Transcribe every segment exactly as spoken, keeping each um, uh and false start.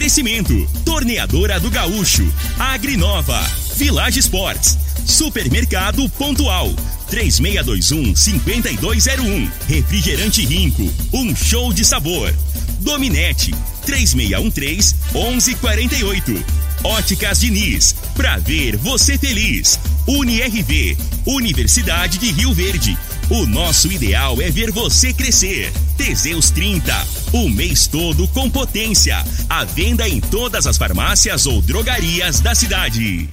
Oferecimento: Torneadora do Gaúcho, Agrinova, Village Sports, Supermercado Pontual, três seis dois um, cinco dois zero um, Refrigerante Rinco, um show de sabor. Dominete, três seis um três, um um quatro oito. Óticas Diniz, pra ver você feliz. Uni R V, Universidade de Rio Verde. O nosso ideal é ver você crescer. Teseus trinta, o mês todo com potência. À venda em todas as farmácias ou drogarias da cidade.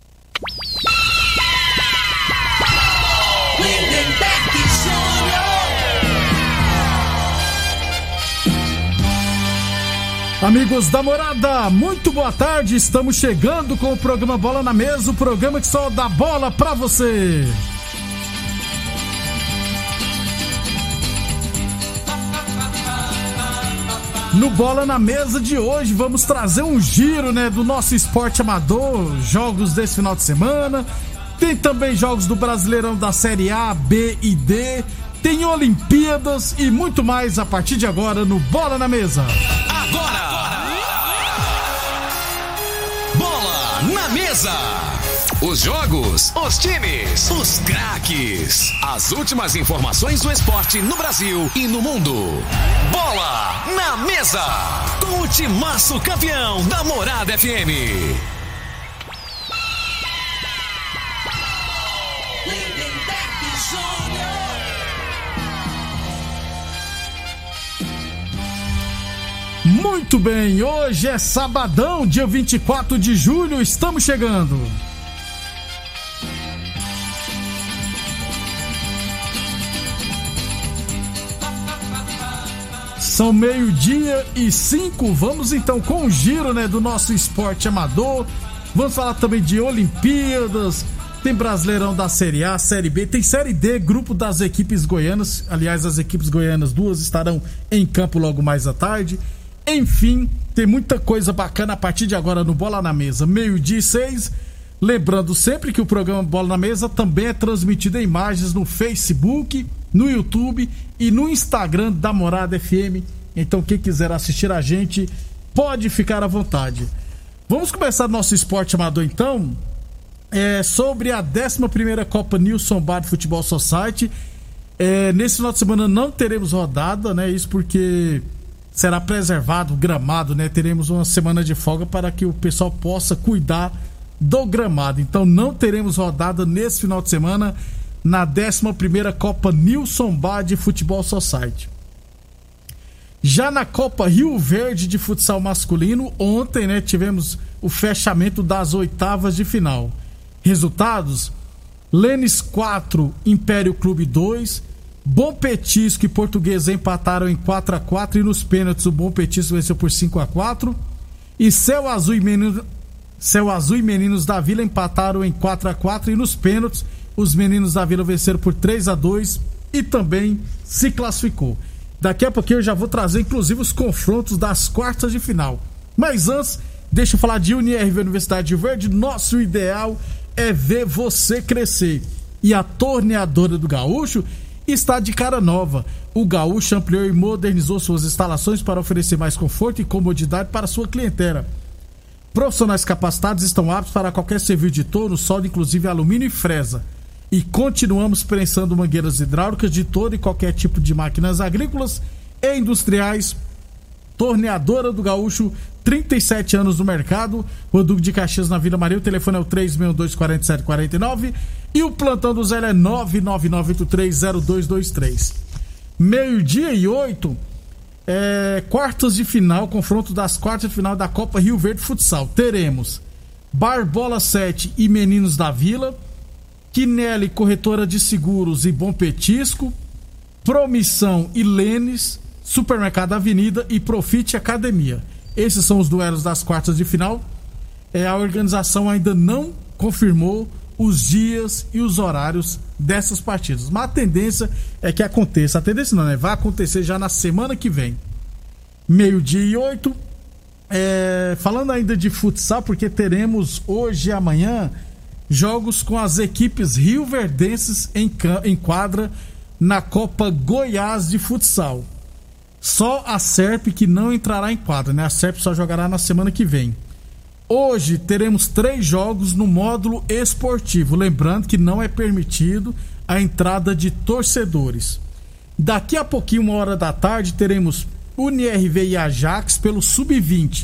Amigos da Morada, muito boa tarde. Estamos chegando com o programa Bola na Mesa, o programa que só dá bola pra você. No Bola na Mesa de hoje, vamos trazer um giro, né, do nosso esporte amador, jogos desse final de semana. Tem também jogos do Brasileirão da Série A, B e D. Tem Olimpíadas e muito mais a partir de agora no Bola na Mesa. Agora! Bola na Mesa! Os jogos, os times, os craques. As últimas informações do esporte no Brasil e no mundo. Bola na Mesa! Com o timaço campeão da Morada F M. Muito bem, hoje é sabadão, dia vinte e quatro de julho, estamos chegando. São meio-dia e cinco, vamos então com o giro, né, do nosso esporte amador. Vamos falar também de Olimpíadas, tem Brasileirão da Série A, Série B, tem Série D, grupo das equipes goianas. Aliás, as equipes goianas, duas estarão em campo logo mais à tarde. Enfim, tem muita coisa bacana a partir de agora no Bola na Mesa, meio-dia e seis. Lembrando sempre que o programa Bola na Mesa também é transmitido em imagens no Facebook, no YouTube e no Instagram da Morada F M. Então quem quiser assistir a gente pode ficar à vontade. Vamos começar nosso esporte amador então, é, sobre a décima primeira Copa Nilson Bar Futebol Society. É, nesse final de semana não teremos rodada, né? Isso porque será preservado o gramado, né? Teremos uma semana de folga para que o pessoal possa cuidar do gramado. Então não teremos rodada nesse final de semana na décima primeira Copa Nilson Bad Futebol Society. Já na Copa Rio Verde de futsal masculino, ontem, né, tivemos o fechamento das oitavas de final. Resultados: Lênis quatro, Império Clube dois. Bom Petisco e Portuguesa empataram em quatro a quatro e nos pênaltis o Bom Petisco venceu por cinco a quatro. E Céu Azul e Meninos, Céu Azul e Meninos da Vila empataram em quatro a quatro e nos pênaltis os Meninos da Vila venceram por três a dois e também se classificou. Daqui a pouquinho eu já vou trazer inclusive os confrontos das quartas de final. Mas antes, deixa eu falar de Uni R V Universidade de Verde. Nosso ideal é ver você crescer. E a Torneadora do Gaúcho está de cara nova. O Gaúcho ampliou e modernizou suas instalações para oferecer mais conforto e comodidade para sua clientela. Profissionais capacitados estão aptos para qualquer serviço de torno, solda, inclusive alumínio e fresa. E continuamos prensando mangueiras hidráulicas de todo e qualquer tipo de máquinas agrícolas e industriais. Torneadora do Gaúcho, trinta e sete anos no mercado. Rua Duque de Caxias, na Vila Maria. O telefone é o três seis um dois, quatro sete quatro nove e o plantão do Zé é nove nove nove oito três zero dois dois três. Meio-dia e oito, é, quartas de final, confronto das quartas de final da Copa Rio Verde Futsal. Teremos Barbola sete e Meninos da Vila, Quinelli Corretora de Seguros e Bom Petisco, Promissão e Lênis, Supermercado Avenida e Profite Academia. Esses são os duelos das quartas de final. É, a organização ainda não confirmou os dias e os horários dessas partidas, mas a tendência é que aconteça. A tendência não, né? Vai acontecer já na semana que vem. Meio-dia e oito. É, falando ainda de futsal, porque teremos hoje e amanhã jogos com as equipes rioverdenses em, em quadra na Copa Goiás de Futsal. Só a Serp que não entrará em quadra, né? A Serp só jogará na semana que vem. Hoje teremos três jogos no módulo esportivo. Lembrando que não é permitido a entrada de torcedores. Daqui a pouquinho, uma hora da tarde, teremos Uni R V e Ajax pelo sub vinte.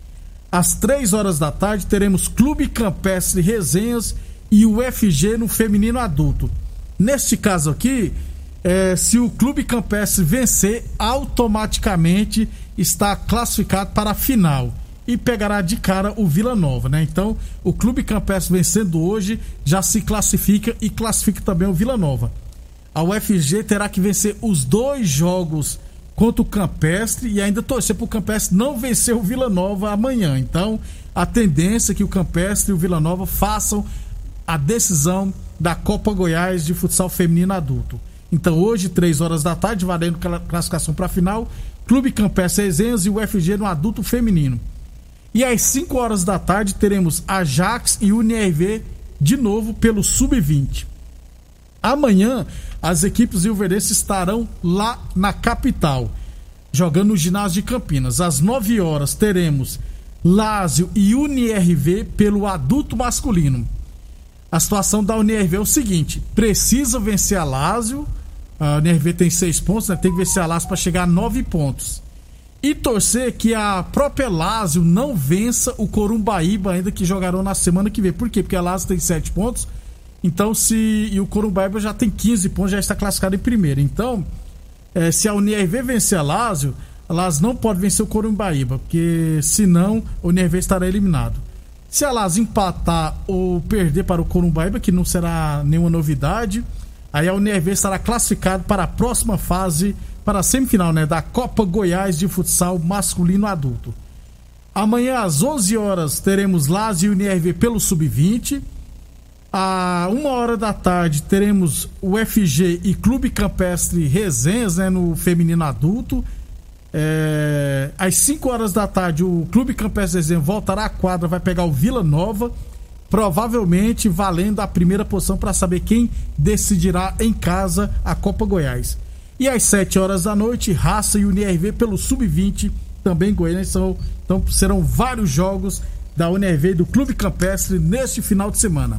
Às três horas da tarde, teremos Clube Campestre Resenhas e o U F G no feminino adulto. Neste caso aqui, é, se o Clube Campestre vencer, automaticamente está classificado para a final e pegará de cara o Vila Nova, né? Então, o Clube Campestre vencendo hoje já se classifica e classifica também o Vila Nova. A U F G terá que vencer os dois jogos contra o Campestre e ainda torcer para o Campestre não vencer o Vila Nova amanhã. Então, a tendência é que o Campestre e o Vila Nova façam a decisão da Copa Goiás de futsal feminino adulto. Então, hoje, três horas da tarde, valendo classificação para a final, Clube Campestre Resenhas e o U F G no adulto feminino. E às cinco horas da tarde, teremos Ajax e Uni R V de novo pelo sub vinte. Amanhã, as equipes rioverdenses estarão lá na capital, jogando no ginásio de Campinas. Às nove horas, teremos Lázio e Uni R V pelo adulto masculino. A situação da Uni R V é o seguinte: precisa vencer a Lázio. A Uni R V tem seis pontos, né? Tem que vencer a Lázio para chegar a nove pontos. E torcer que a própria Lázio não vença o Corumbaíba, ainda que jogarão na semana que vem. Por quê? Porque a Lázio tem sete pontos. Então, se e o Corumbaíba já tem quinze pontos, já está classificado em primeiro. Então, é, se a Uni R V vencer a Lázio, a Lázio não pode vencer o Corumbaíba, porque senão o Uni R V estará eliminado. Se a Lázio empatar ou perder para o Corumbaíba, que não será nenhuma novidade, aí a Uni R V estará classificado para a próxima fase, para a semifinal, né, da Copa Goiás de futsal masculino adulto. Amanhã às onze horas teremos Lázio e Uni R V pelo sub vinte. À uma hora da tarde teremos o U F G e Clube Campestre Resenhas, né, no feminino adulto. É, às cinco horas da tarde o Clube Campestre Resenhas voltará à quadra, vai pegar o Vila Nova, provavelmente valendo a primeira posição para saber quem decidirá em casa a Copa Goiás. E às sete horas da noite, Raça e Uni R V pelo sub vinte, também Goiânia. São, então serão vários jogos da Uni R V e do Clube Campestre neste final de semana.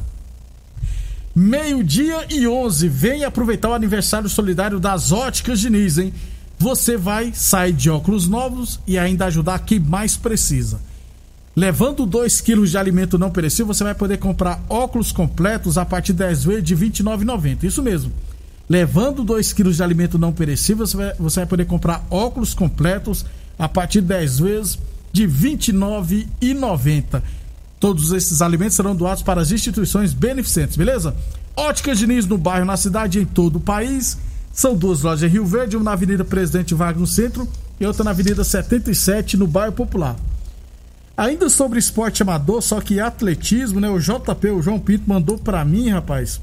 Meio-dia e onze, vem aproveitar o aniversário solidário das Óticas Diniz, hein? Você vai sair de óculos novos e ainda ajudar quem mais precisa. Levando dois quilos de alimento não perecível, você vai poder comprar óculos completos a partir de dez vezes de vinte e nove reais e noventa centavos. Isso mesmo. Levando dois quilos de alimento não perecível, você vai, você vai poder comprar óculos completos a partir de dez vezes de vinte e nove reais e noventa centavos. Todos esses alimentos serão doados para as instituições beneficentes, beleza? Óticas Diniz no bairro, na cidade e em todo o país. São duas lojas em Rio Verde, uma na Avenida Presidente Vargas no centro e outra na Avenida setenta e sete no bairro Popular. Ainda sobre esporte amador, só que atletismo, né? O J P, o João Pinto, mandou pra mim, rapaz,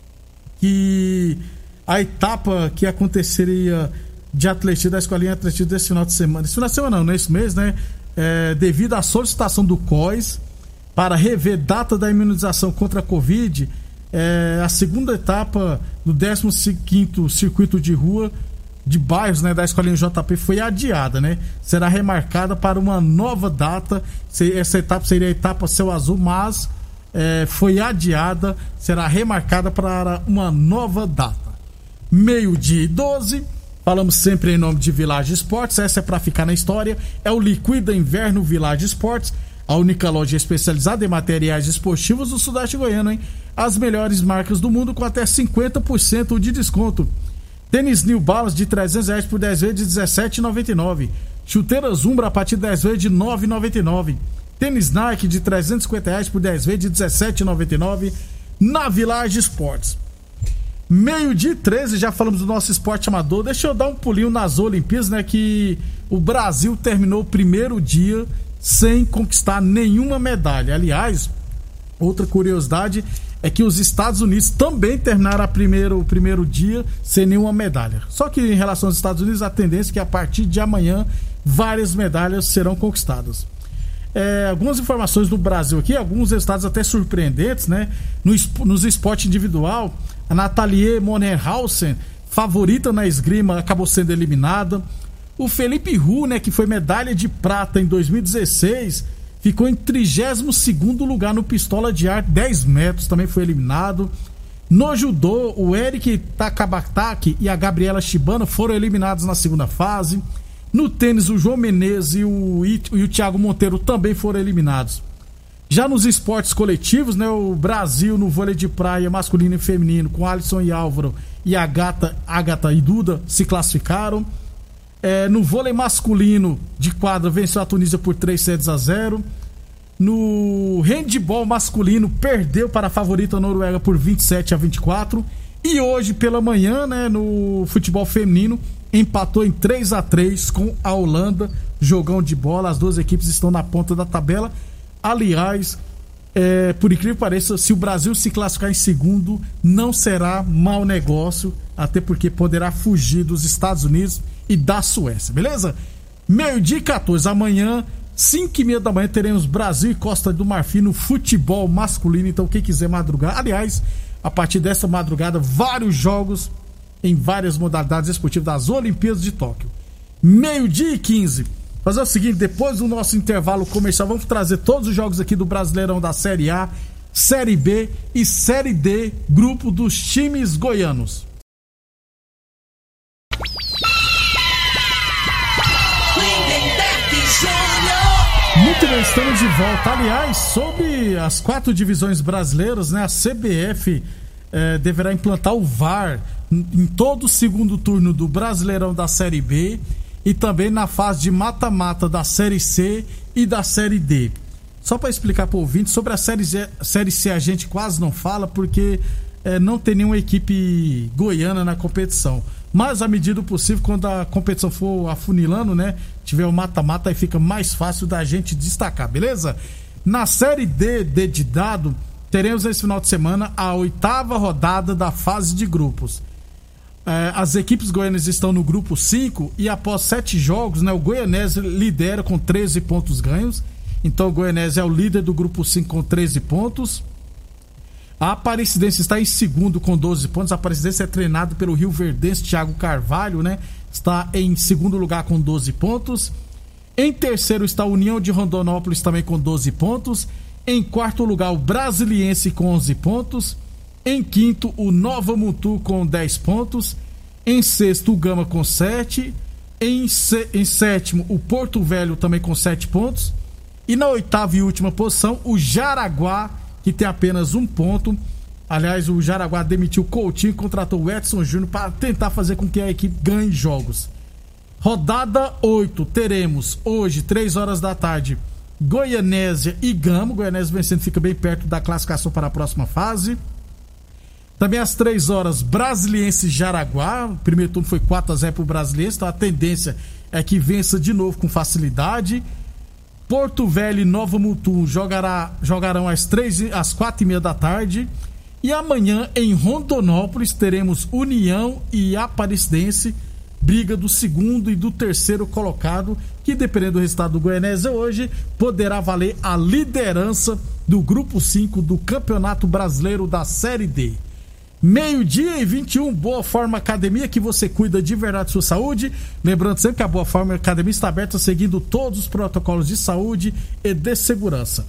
que a etapa que aconteceria de atletismo, da escolinha de atletismo desse final de semana, esse final de semana não, nesse mês, né? É, devido à solicitação do C O I S para rever data da imunização contra a Covid, é, a segunda etapa do décimo quinto Circuito de Rua de Bairros, né, da Escolinha J P foi adiada, né? Será remarcada para uma nova data. Essa etapa seria a etapa Céu Azul, mas é, foi adiada, será remarcada para uma nova data. Meio-dia e doze, falamos sempre em nome de Village Esportes, essa é para ficar na história, é o Liquida Inverno Village Esportes, a única loja especializada em materiais esportivos do Sudeste Goiano, hein? As melhores marcas do mundo com até cinquenta por cento de desconto. Tênis New Balance de trezentos reais por dez vezes de dezessete reais e noventa e nove centavos. Chuteiras Umbra a partir de dez vezes de nove reais e noventa e nove centavos. Tênis Nike de trezentos e cinquenta reais por dez vezes de dezessete reais e noventa e nove centavos na Village Esportes. Meio-dia e treze, já falamos do nosso esporte amador. Deixa eu dar um pulinho nas Olimpíadas, né? Que o Brasil terminou o primeiro dia sem conquistar nenhuma medalha. Aliás, outra curiosidade é que os Estados Unidos também terminaram a primeiro, o primeiro dia sem nenhuma medalha. Só que em relação aos Estados Unidos, a tendência é que a partir de amanhã várias medalhas serão conquistadas. É, algumas informações do Brasil aqui, alguns resultados até surpreendentes, né? No, nos esporte individual, a Nathalie Monenhausen, favorita na esgrima, acabou sendo eliminada. O Felipe Hu, né, que foi medalha de prata em dois mil e dezesseis, ficou em trigésimo segundo lugar no pistola de ar, dez metros, também foi eliminado. No judô, o Eric Takabataki e a Gabriela Shibano foram eliminados na segunda fase. No tênis, o João Menezes e o, e o Thiago Monteiro também foram eliminados. Já nos esportes coletivos, né, o Brasil no vôlei de praia masculino e feminino, com Alisson e Álvaro e a Gata, Agatha e Duda, se classificaram. É, no vôlei masculino de quadra, venceu a Tunísia por três sets a zero. No handebol masculino, perdeu para a favorita Noruega por vinte e sete a vinte e quatro. E hoje pela manhã, né, no futebol feminino, empatou em três a três com a Holanda. Jogão de bola, as duas equipes estão na ponta da tabela. Aliás, é, por incrível que pareça, se o Brasil se classificar em segundo, não será mau negócio, até porque poderá fugir dos Estados Unidos e da Suécia, beleza? Meio-dia e quatorze, amanhã, cinco e meia da manhã, teremos Brasil e Costa do Marfim no futebol masculino. Então, quem quiser madrugar, aliás, a partir dessa madrugada, vários jogos em várias modalidades esportivas das Olimpíadas de Tóquio. Meio-dia e quinze. Fazer o seguinte, depois do nosso intervalo comercial, vamos trazer todos os jogos aqui do Brasileirão da Série A, Série B e Série D, grupo dos times goianos. Muito bem, estamos de volta. Aliás, sobre as quatro divisões brasileiras, né, a C B F eh, deverá implantar o V A R em todo o segundo turno do Brasileirão da Série B e também na fase de mata-mata da Série C e da Série D. Só para explicar para o ouvinte, sobre a série, Z, série C a gente quase não fala porque eh, não tem nenhuma equipe goiana na competição. Mas à medida do possível, quando a competição for afunilando, né, tiver o mata-mata, aí fica mais fácil da gente destacar, beleza? Na Série D, D de dado, teremos esse final de semana a oitava rodada da fase de grupos. É, as equipes goianas estão no grupo cinco e após sete jogos, né, o Goianese lidera com treze pontos ganhos. Então o Goianese é o líder do grupo cinco com treze pontos. A Aparecidense está em segundo com doze pontos. A Aparecidense é treinado pelo rioverdense Thiago Carvalho, né? Está em segundo lugar com doze pontos. Em terceiro está a União de Rondonópolis também com doze pontos. Em quarto lugar o Brasiliense com onze pontos. Em quinto o Nova Mutum com dez pontos. Em sexto o Gama com sete. Em, se... em sétimo o Porto Velho também com sete pontos. E na oitava e última posição o Jaraguá, que tem apenas um ponto. Aliás, o Jaraguá demitiu o Coutinho e contratou o Edson Júnior para tentar fazer com que a equipe ganhe jogos. Rodada oito, teremos hoje, três horas da tarde, Goianésia e Gama. Goianésia vencendo, fica bem perto da classificação para a próxima fase. Também às três horas, Brasiliense e Jaraguá. O primeiro turno foi quatro a zero para o Brasiliense, então a tendência é que vença de novo com facilidade. Porto Velho e Nova Mutum jogará, jogarão às, três, às quatro e meia da tarde. E amanhã em Rondonópolis teremos União e Aparecidense, briga do segundo e do terceiro colocado, que dependendo do resultado do Goianésia hoje, poderá valer a liderança do grupo cinco do Campeonato Brasileiro da Série D. Meio-dia e vinte e um, Boa Forma Academia, que você cuida de verdade de sua saúde. Lembrando sempre que a Boa Forma Academia está aberta seguindo todos os protocolos de saúde e de segurança.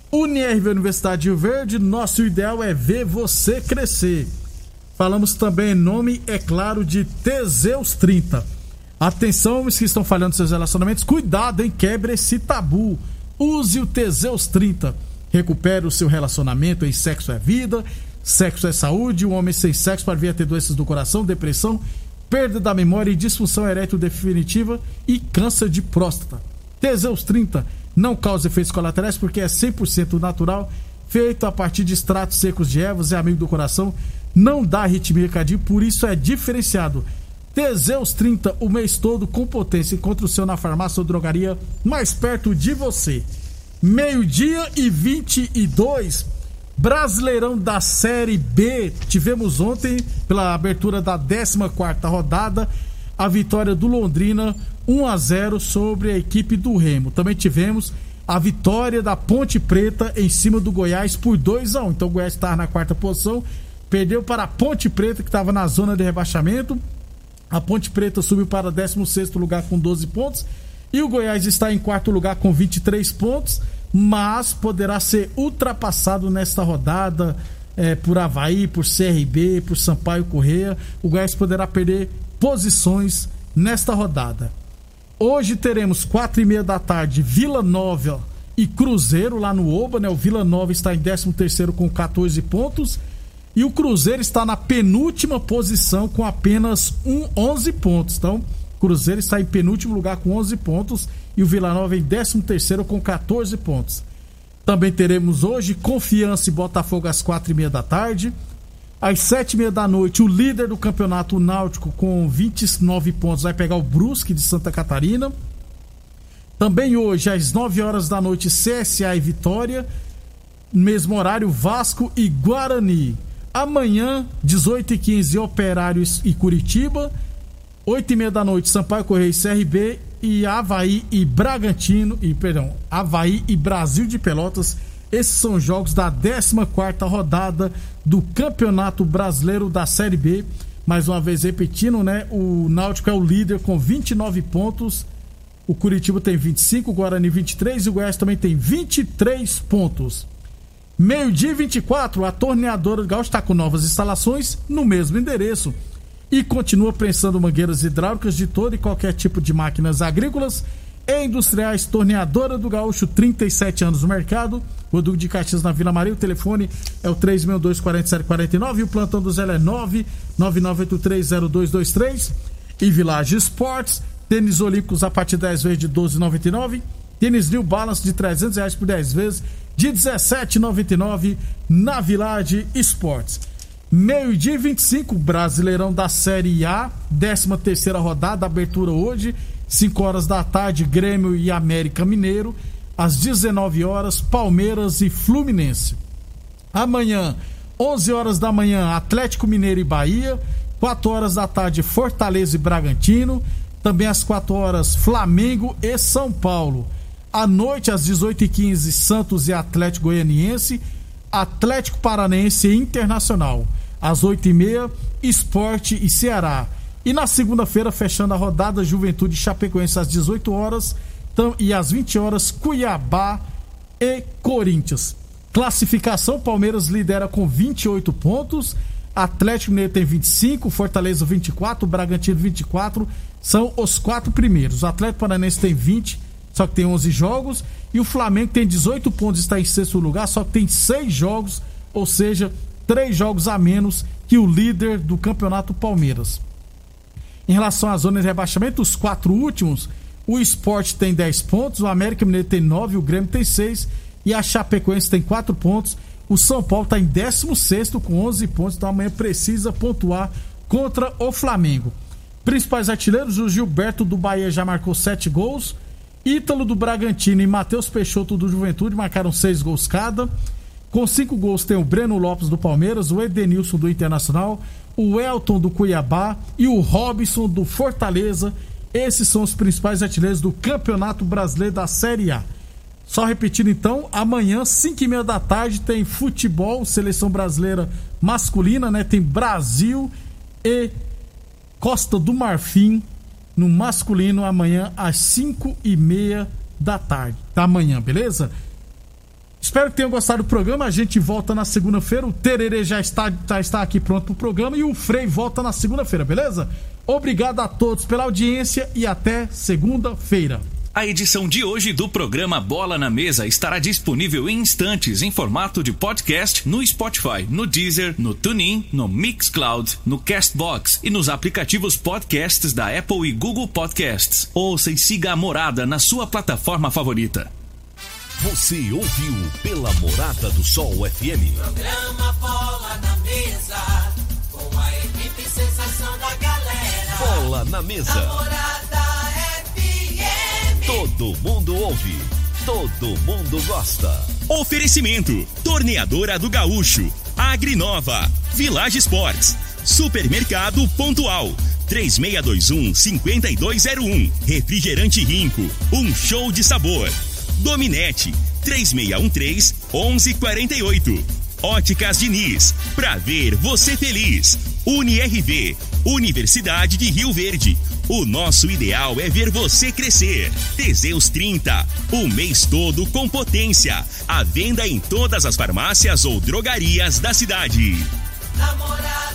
Unirv Universidade de Rio Verde, nosso ideal é ver você crescer. Falamos também em nome, é claro, de Teseus trinta. Atenção, homens que estão falhando seus relacionamentos, cuidado, hein? Quebre esse tabu. Use o Teseus trinta. Recupere o seu relacionamento em Sexo é Vida, Sexo é Saúde. Um homem sem sexo pode vir a ter doenças do coração, depressão, perda da memória e disfunção erétil definitiva e câncer de próstata. Teseus trinta não causa efeitos colaterais porque é cem por cento natural, feito a partir de extratos secos de ervas, é amigo do coração, não dá arritmia cardíaca, por isso é diferenciado. Teseus trinta o mês todo com potência. Encontre o seu na farmácia ou drogaria mais perto de você. Meio-dia e vinte e dois, Brasileirão da Série B. Tivemos ontem, pela abertura da décima quarta rodada, a vitória do Londrina um a zero sobre a equipe do Remo. Também tivemos a vitória da Ponte Preta em cima do Goiás por dois a um. Então o Goiás estava na quarta posição, perdeu para a Ponte Preta, que estava na zona de rebaixamento. A Ponte Preta subiu para décimo sexto lugar com doze pontos. E o Goiás está em quarto lugar com vinte e três pontos. Mas poderá ser ultrapassado nesta rodada é, por Avaí, por C R B, por Sampaio Corrêa. O Goiás poderá perder posições nesta rodada. Hoje teremos quatro e meia da tarde Vila Nova e Cruzeiro lá no Oba, né? O Vila Nova está em décimo terceiro com catorze pontos. E o Cruzeiro está na penúltima posição com apenas um, onze pontos. Então, o Cruzeiro está em penúltimo lugar com onze pontos e o Vila Nova em décimo terceiro com catorze pontos. Também teremos hoje Confiança e Botafogo às quatro e meia da tarde. Às sete e meia da noite, o líder do campeonato, o Náutico, com vinte e nove pontos, vai pegar o Brusque de Santa Catarina. Também hoje, às nove horas da noite, C S A e Vitória. Mesmo horário, Vasco e Guarani. Amanhã, dezoito e quinze, Operários e Curitiba. oito e meia da noite, Sampaio Corrêa e C R B. E Avaí e Bragantino, e perdão, Avaí e Brasil de Pelotas. Esses são jogos da décima quarta rodada do Campeonato Brasileiro da Série B. Mais uma vez repetindo, né? O Náutico é o líder com vinte e nove pontos. O Curitiba tem vinte e cinco, o Guarani vinte e três e o Goiás também tem vinte e três pontos. Meio-dia e vinte e quatro, a Torneadora do Gaúcho está com novas instalações no mesmo endereço e continua prensando mangueiras hidráulicas de todo e qualquer tipo de máquinas agrícolas e industriais. Torneadora do Gaúcho, trinta e sete anos no mercado. O Duque de Caxias na Vila Maria. O telefone é o três seis dois, quatro sete quatro nove e o plantão do Zé é nove nove nove oito três zero dois dois três. E Village Esportes, tênis olímpicos a partir de dez vezes de doze reais e noventa e nove centavos. Tênis New Balance de trezentos reais por dez vezes de dezessete reais e noventa e nove centavos na Village Esportes. Meio-dia e vinte e cinco, Brasileirão da Série A, décima terceira rodada, abertura hoje, cinco horas da tarde, Grêmio e América Mineiro. Às dezenove horas, Palmeiras e Fluminense. Amanhã, onze horas da manhã, Atlético Mineiro e Bahia. quatro horas da tarde, Fortaleza e Bragantino. Também às quatro horas, Flamengo e São Paulo. À noite, às dezoito e quinze, Santos e Atlético Goianiense. Atlético Paranaense e Internacional. Às oito e meia, Sport e Ceará. E na segunda-feira, fechando a rodada, Juventude e Chapecoense às dezoito horas e às vinte horas, Cuiabá e Corinthians. Classificação: Palmeiras lidera com vinte e oito pontos, Atlético Mineiro tem vinte e cinco, Fortaleza vinte e quatro, Bragantino vinte e quatro, são os quatro primeiros. O Atlético Paranaense tem vinte, só que tem onze jogos, e o Flamengo tem dezoito pontos, está em sexto lugar, só que tem seis jogos, ou seja, três jogos a menos que o líder do campeonato, Palmeiras. Em relação à zona de rebaixamento, os quatro últimos, o Sport tem dez pontos, o América Mineiro tem nove, o Grêmio tem seis e a Chapecoense tem quatro pontos. O São Paulo está em décimo sexto com onze pontos, então amanhã precisa pontuar contra o Flamengo. Principais artilheiros: o Gilberto do Bahia já marcou sete gols, Ítalo do Bragantino e Matheus Peixoto do Juventude marcaram seis gols cada. Com cinco gols tem o Breno Lopes do Palmeiras, o Edenilson do Internacional, o Elton do Cuiabá e o Robson do Fortaleza. Esses são os principais artilheiros do Campeonato Brasileiro da Série A. Só repetindo então, amanhã, cinco e meia da tarde, tem futebol, seleção brasileira masculina, né? Tem Brasil e Costa do Marfim no masculino amanhã às cinco e meia da tarde. Da manhã, beleza? Espero que tenham gostado do programa. A gente volta na segunda-feira. O Tererê já está, já está aqui pronto pro programa e o Frei volta na segunda-feira, beleza? Obrigado a todos pela audiência e até segunda-feira. A edição de hoje do programa Bola na Mesa estará disponível em instantes em formato de podcast no Spotify, no Deezer, no TuneIn, no Mixcloud, no Castbox e nos aplicativos podcasts da Apple e Google Podcasts. Ouça e siga a Morada na sua plataforma favorita. Você ouviu pela Morada do Sol F M. Programa Bola na Mesa, com a equipe sensação da galera. Bola na Mesa. Na Morada F M. Todo mundo ouve, todo mundo gosta. Oferecimento: Torneadora do Gaúcho, Agrinova, Village Esportes, Supermercado Pontual, três seis dois um, cinco dois zero um, Refrigerante Rinco, um show de sabor. Dominete, três seis um três, um um quatro oito. Óticas Diniz, pra ver você feliz. UniRV, Universidade de Rio Verde. O nosso ideal é ver você crescer. Teseus trinta, o mês todo com potência. À venda em todas as farmácias ou drogarias da cidade. Namorada.